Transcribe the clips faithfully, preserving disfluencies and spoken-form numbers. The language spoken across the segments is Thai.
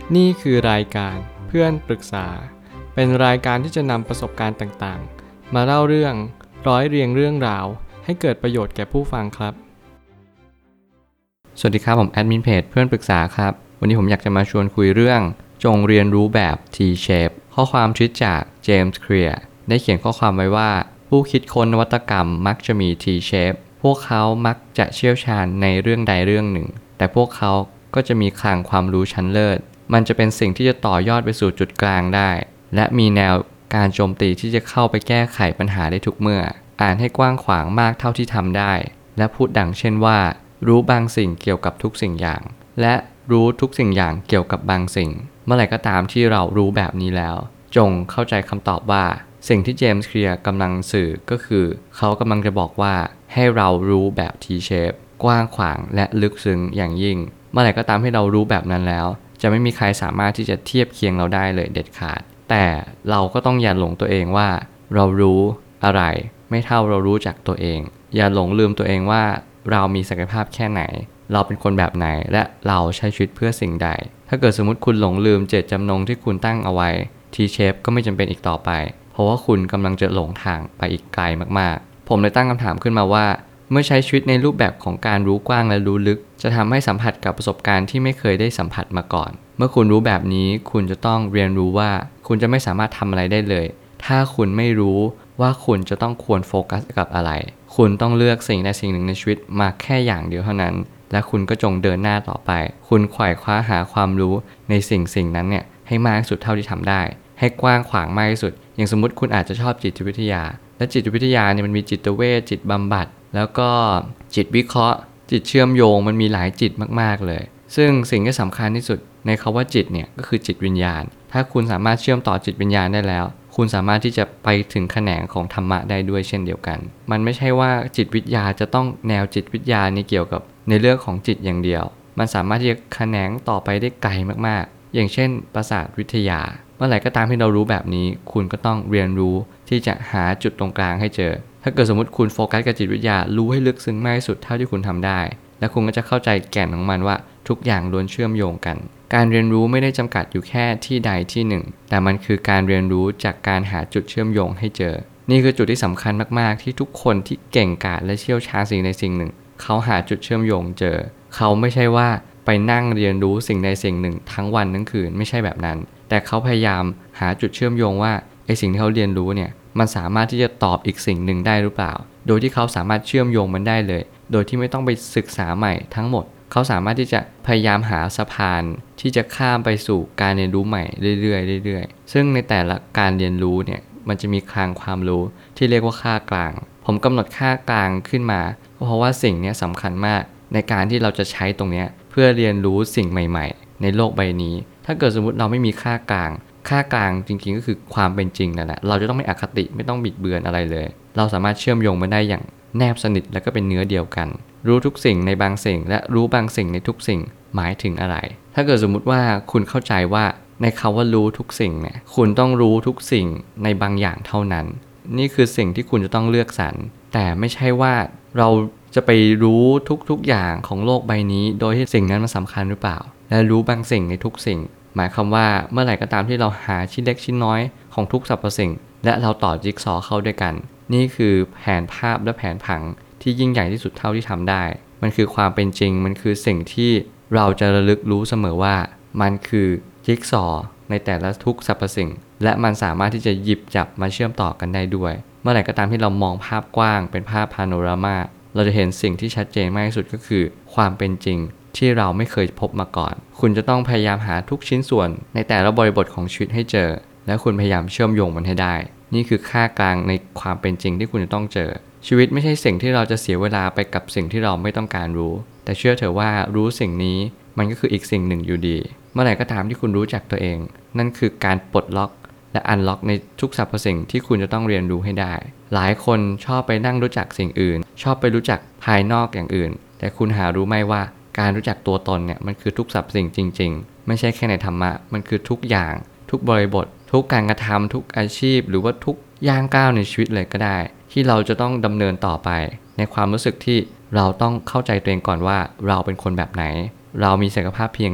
นี่คือรายการเพื่อนปรึกษาเป็นรายการที่จะนำประสบการณ์ต่างๆมาเล่าเรื่องร้อยเรียงเรื่องราวให้เกิดประโยชน์แก่ผู้ฟังครับสวัสดีครับผมแอดมินเพจเพื่อนปรึกษาครับวันนี้ผมอยากจะมาชวนคุยเรื่องจงเรียนรู้แบบ T-shape ข้อความทวิตจากเจมส์เคลียร์ได้เขียนข้อความไว้ว่าผู้คิดค้นนวัตกรรมมักจะมี T-shape พวกเขามักจะเชี่ยวชาญในเรื่องใดเรื่องหนึ่งแต่พวกเขาก็จะมีคลังความรู้ชั้นเลิศมันจะเป็นสิ่งที่จะต่อยอดไปสู่จุดกลางได้และมีแนวการโจมตีที่จะเข้าไปแก้ไขปัญหาได้ทุกเมื่ออ่านให้กว้างขวางมากเท่าที่ทำได้และพูดดังเช่นว่ารู้บางสิ่งเกี่ยวกับทุกสิ่งอย่างและรู้ทุกสิ่งอย่างเกี่ยวกับบางสิ่งเมื่อไหร่ก็ตามที่เรารู้แบบนี้แล้วจงเข้าใจคำตอบว่าสิ่งที่เจมส์เคลียร์กำลังสื่อก็คือเขากำลังจะบอกว่าให้เรารู้แบบ T-shape กว้างขวางและลึกซึ้งอย่างยิ่งเมื่อไหร่ก็ตามที่เรารู้แบบนั้นแล้วจะไม่มีใครสามารถที่จะเทียบเคียงเราได้เลยเด็ดขาดแต่เราก็ต้องอย่าหลงตัวเองว่าเรารู้อะไรไม่เท่าเรารู้จักตัวเองอย่าหลงลืมตัวเองว่าเรามีศักยภาพแค่ไหนเราเป็นคนแบบไหนและเราใช้ชีวิตเพื่อสิ่งใดถ้าเกิดสมมติคุณหลงลืมเจตจำนงที่คุณตั้งเอาไว้ T-shape ก็ไม่จำเป็นอีกต่อไปเพราะว่าคุณกำลังจะหลงทางไปอีกไกลมากๆผมเลยตั้งคำถามขึ้นมาว่าเมื่อใช้ชีวิตในรูปแบบของการรู้กว้างและรู้ลึกจะทำให้สัมผัสกับประสบการณ์ที่ไม่เคยได้สัมผัสมาก่อนเมื่อคุณรู้แบบนี้คุณจะต้องเรียนรู้ว่าคุณจะไม่สามารถทำอะไรได้เลยถ้าคุณไม่รู้ว่าคุณจะต้องควรโฟกัสกับอะไรคุณต้องเลือกสิ่งใดสิ่งหนึ่งในชีวิตมาแค่อย่างเดียวเท่านั้นและคุณก็จงเดินหน้าต่อไปคุณไขว่คว้าหาความรู้ในสิ่งสิ่งนั้นเนี่ยให้มากที่สุดเท่าที่ทำได้ให้กว้างขวางมากที่สุดอย่างสมมุติคุณอาจจะชอบจิตวิทยาและจิตวิทยาเนี่ยมันมีจิตเวชจิตบำบัดแล้วก็จิตวิเคราะห์จิตเชื่อมโยงมันมีหลายจิตมากๆเลยซึ่งสิ่งที่สำคัญที่สุดในคำว่าจิตเนี่ยก็คือจิตวิญญาณถ้าคุณสามารถเชื่อมต่อจิตวิญญาณได้แล้วคุณสามารถที่จะไปถึงแขนงของธรรมะได้ด้วยเช่นเดียวกันมันไม่ใช่ว่าจิตวิทยาจะต้องแนวจิตวิทยานี่เกี่ยวกับในเรื่องของจิตอย่างเดียวมันสามารถที่จะแขนงต่อไปได้ไกลมากๆอย่างเช่นประสาทวิทยาเมื่อไหร่ก็ตามที่เรารู้แบบนี้คุณก็ต้องเรียนรู้ที่จะหาจุดตรงกลางให้เจอถ้าเกิดสมมติคุณโฟกัสกับจิตวิทยารู้ให้ลึกซึ้งมากที่สุดเท่าที่คุณทำได้และคุณก็จะเข้าใจแก่นของมันว่าทุกอย่างล้วนเชื่อมโยงกันการเรียนรู้ไม่ได้จำกัดอยู่แค่ที่ใดที่หนึ่งแต่มันคือการเรียนรู้จากการหาจุดเชื่อมโยงให้เจอนี่คือจุดที่สำคัญมากๆที่ทุกคนที่เก่งกาจและเชี่ยวชาญสิ่งใดสิ่งหนึ่งเขาหาจุดเชื่อมโยงเจอเขาไม่ใช่ว่าไปนั่งเรียนรู้สิ่งใดสิ่งหนึ่งทั้งวันทั้งคืนไม่ใช่แบบนั้นแต่เขาพยายามหาจุดเชื่อมโยงว่าไอ้สิ่งที่เขาเรียนรู้เนี่ยมันสามารถที่จะตอบอีกสิ่งหนึ่งได้หรือเปล่าโดยที่เขาสามารถเชื่อมโยงมันได้เลยโดยที่ไม่ต้องไปศึกษาใหม่ทั้งหมดเขาสามารถที่จะพยายามหาสะพานที่จะข้ามไปสู่การเรียนรู้ใหม่เรื่อยๆเรื่อยๆซึ่งในแต่ละการเรียนรู้เนี่ยมันจะมีคลังความรู้ที่เรียกว่าค่ากลางผมกำหนดค่ากลางขึ้นมาเพราะว่าสิ่งนี้สำคัญมากในการที่เราจะใช้ตรงนี้เพื่อเรียนรู้สิ่งใหม่ๆในโลกใบนี้ถ้าเกิดสมมติเราไม่มีค่ากลางค่ากลางจริงๆก็คือความเป็นจริงนั่นแหละเราจะต้องไม่อคติไม่ต้องบิดเบือนอะไรเลยเราสามารถเชื่อมโยงมันได้อย่างแนบสนิทและก็เป็นเนื้อเดียวกันรู้ทุกสิ่งในบางสิ่งและรู้บางสิ่งในทุกสิ่งหมายถึงอะไรถ้าเกิดสมมุติว่าคุณเข้าใจว่าในคำว่ารู้ทุกสิ่งเนี่ยคุณต้องรู้ทุกสิ่งในบางอย่างเท่านั้นนี่คือสิ่งที่คุณจะต้องเลือกสรรแต่ไม่ใช่ว่าเราจะไปรู้ทุกๆอย่างของโลกใบนี้โดยที่สิ่งนั้นมันสำคัญหรือเปล่าและรู้บางสิ่งในทุกสิ่งหมายความว่าเมื่อไหร่ก็ตามที่เราหาชิ้นเล็กชิ้นน้อยของทุกสรรพสิ่งและเราต่อจิ๊กซอว์เข้าด้วยกันนี่คือแผนภาพและแผนผังที่ยิ่งใหญ่ที่สุดเท่าที่ทำได้มันคือความเป็นจริงมันคือสิ่งที่เราจะระลึกรู้เสมอว่ามันคือจิ๊กซอว์ในแต่ละทุกสรรพสิ่งและมันสามารถที่จะหยิบจับมาเชื่อมต่อกันได้ด้วยเมื่อไหร่ก็ตามที่เรามองภาพกว้างเป็นภาพพาโนรามาเราจะเห็นสิ่งที่ชัดเจนมากที่สุดก็คือความเป็นจริงที่เราไม่เคยพบมาก่อนคุณจะต้องพยายามหาทุกชิ้นส่วนในแต่ละบริบทของชีวิตให้เจอและคุณพยายามเชื่อมโยงมันให้ได้นี่คือค่ากลางในความเป็นจริงที่คุณจะต้องเจอชีวิตไม่ใช่สิ่งที่เราจะเสียเวลาไปกับสิ่งที่เราไม่ต้องการรู้แต่เชื่อเถอะว่ารู้สิ่งนี้มันก็คืออีกสิ่งหนึ่งอยู่ดีเมื่อไหร่ก็ตามที่คุณรู้จักตัวเองนั่นคือการปลดล็อกและอันล็อกในทุกสรรพสิ่งที่คุณจะต้องเรียนรู้ให้ได้หลายคนชอบไปนั่งรู้จักสิ่งอื่นชอบไปรู้จักภายนอกอย่างอื่นแต่คุณหารู้ไหมว่าการรู้จักตัวตนเนี่ยมันคือทุกสรรพสิ่งจริงๆไม่ใช่แค่ในธรรมะมันคือทุกอย่างทุกบริบททุกการกระทำทุกอาชีพหรือว่าทุกย่างก้าวในชีวิตเลยก็ได้ที่เราจะต้องดำเนินต่อไปในความรู้สึกที่เราต้องเข้าใจตัวเองก่อนว่าเราเป็นคนแบบไหนเรามีศักยภาพเพียงใด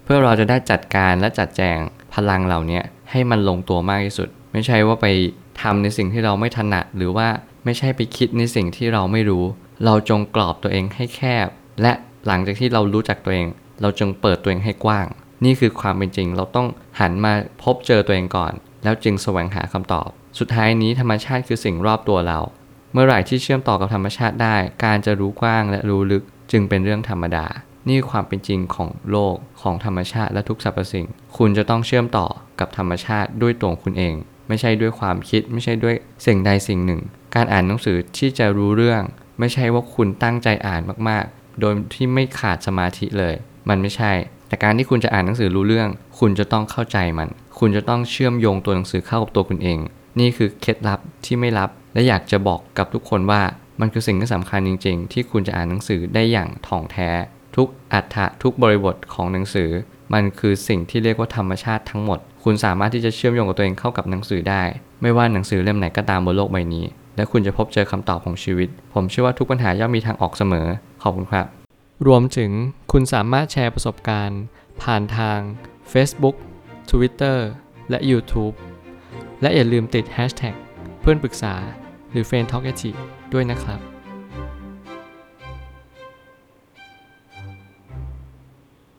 เพื่อเราจะได้จัดการและจัดแจงพลังเหล่านี้ให้มันลงตัวมากที่สุดไม่ใช่ว่าไปทำในสิ่งที่เราไม่ถนัดหรือว่าไม่ใช่ไปคิดในสิ่งที่เราไม่รู้เราจงกรอบตัวเองให้แคบและหลังจากที่เรารู้จักตัวเองเราจงเปิดตัวเองให้กว้างนี่คือความเป็นจริงเราต้องหันมาพบเจอตัวเองก่อนแล้วจึงแสวงหาคำตอบสุดท้ายนี้ธรรมชาติคือสิ่งรอบตัวเราเมื่อไหร่ที่เชื่อมต่อกับธรรมชาติได้การจะรู้กว้างและรู้ลึกจึงเป็นเรื่องธรรมดานี่คือความเป็นจริงของโลกของธรรมชาติและทุกสรรพสิ่งคุณจะต้องเชื่อมต่อกับธรรมชาติด้วยตัวคุณเองไม่ใช่ด้วยความคิดไม่ใช่ด้วยสิ่งใดสิ่งหนึ่งการอ่านหนังสือที่จะรู้เรื่องไม่ใช่ว่าคุณตั้งใจอ่านมากๆโดยที่ไม่ขาดสมาธิเลยมันไม่ใช่แต่การที่คุณจะอ่านหนังสือรู้เรื่องคุณจะต้องเข้าใจมันคุณจะต้องเชื่อมโยงตัวหนังสือเข้ากับตัวคุณเองนี่คือเคล็ดลับที่ไม่ลับและอยากจะบอกกับทุกคนว่ามันคือสิ่งที่สำคัญจริงๆที่คุณจะอ่านหนังสือได้อย่างถ่องแท้ทุกอรรถะทุกบริบทของหนังสือมันคือสิ่งที่เรียกว่าธรรมชาติทั้งหมดคุณสามารถที่จะเชื่อมโยงกับตัวเองเข้ากับหนังสือได้ไม่ว่าหนังสือเล่มไหนก็ตามบนโลกใบนี้และคุณจะพบเจอคำตอบของชีวิตผมเชื่อว่าทุกปัญหาย่อมมีทางออกเสมอขอบคุณครับรวมถึงคุณสามารถแชร์ประสบการณ์ผ่านทาง Facebook Twitter และ YouTube และอย่าลืมติด แฮชแท็ก เพื่อนปรึกษาหรือ เฟรนด์ ทอล์ก ด้วยนะครับ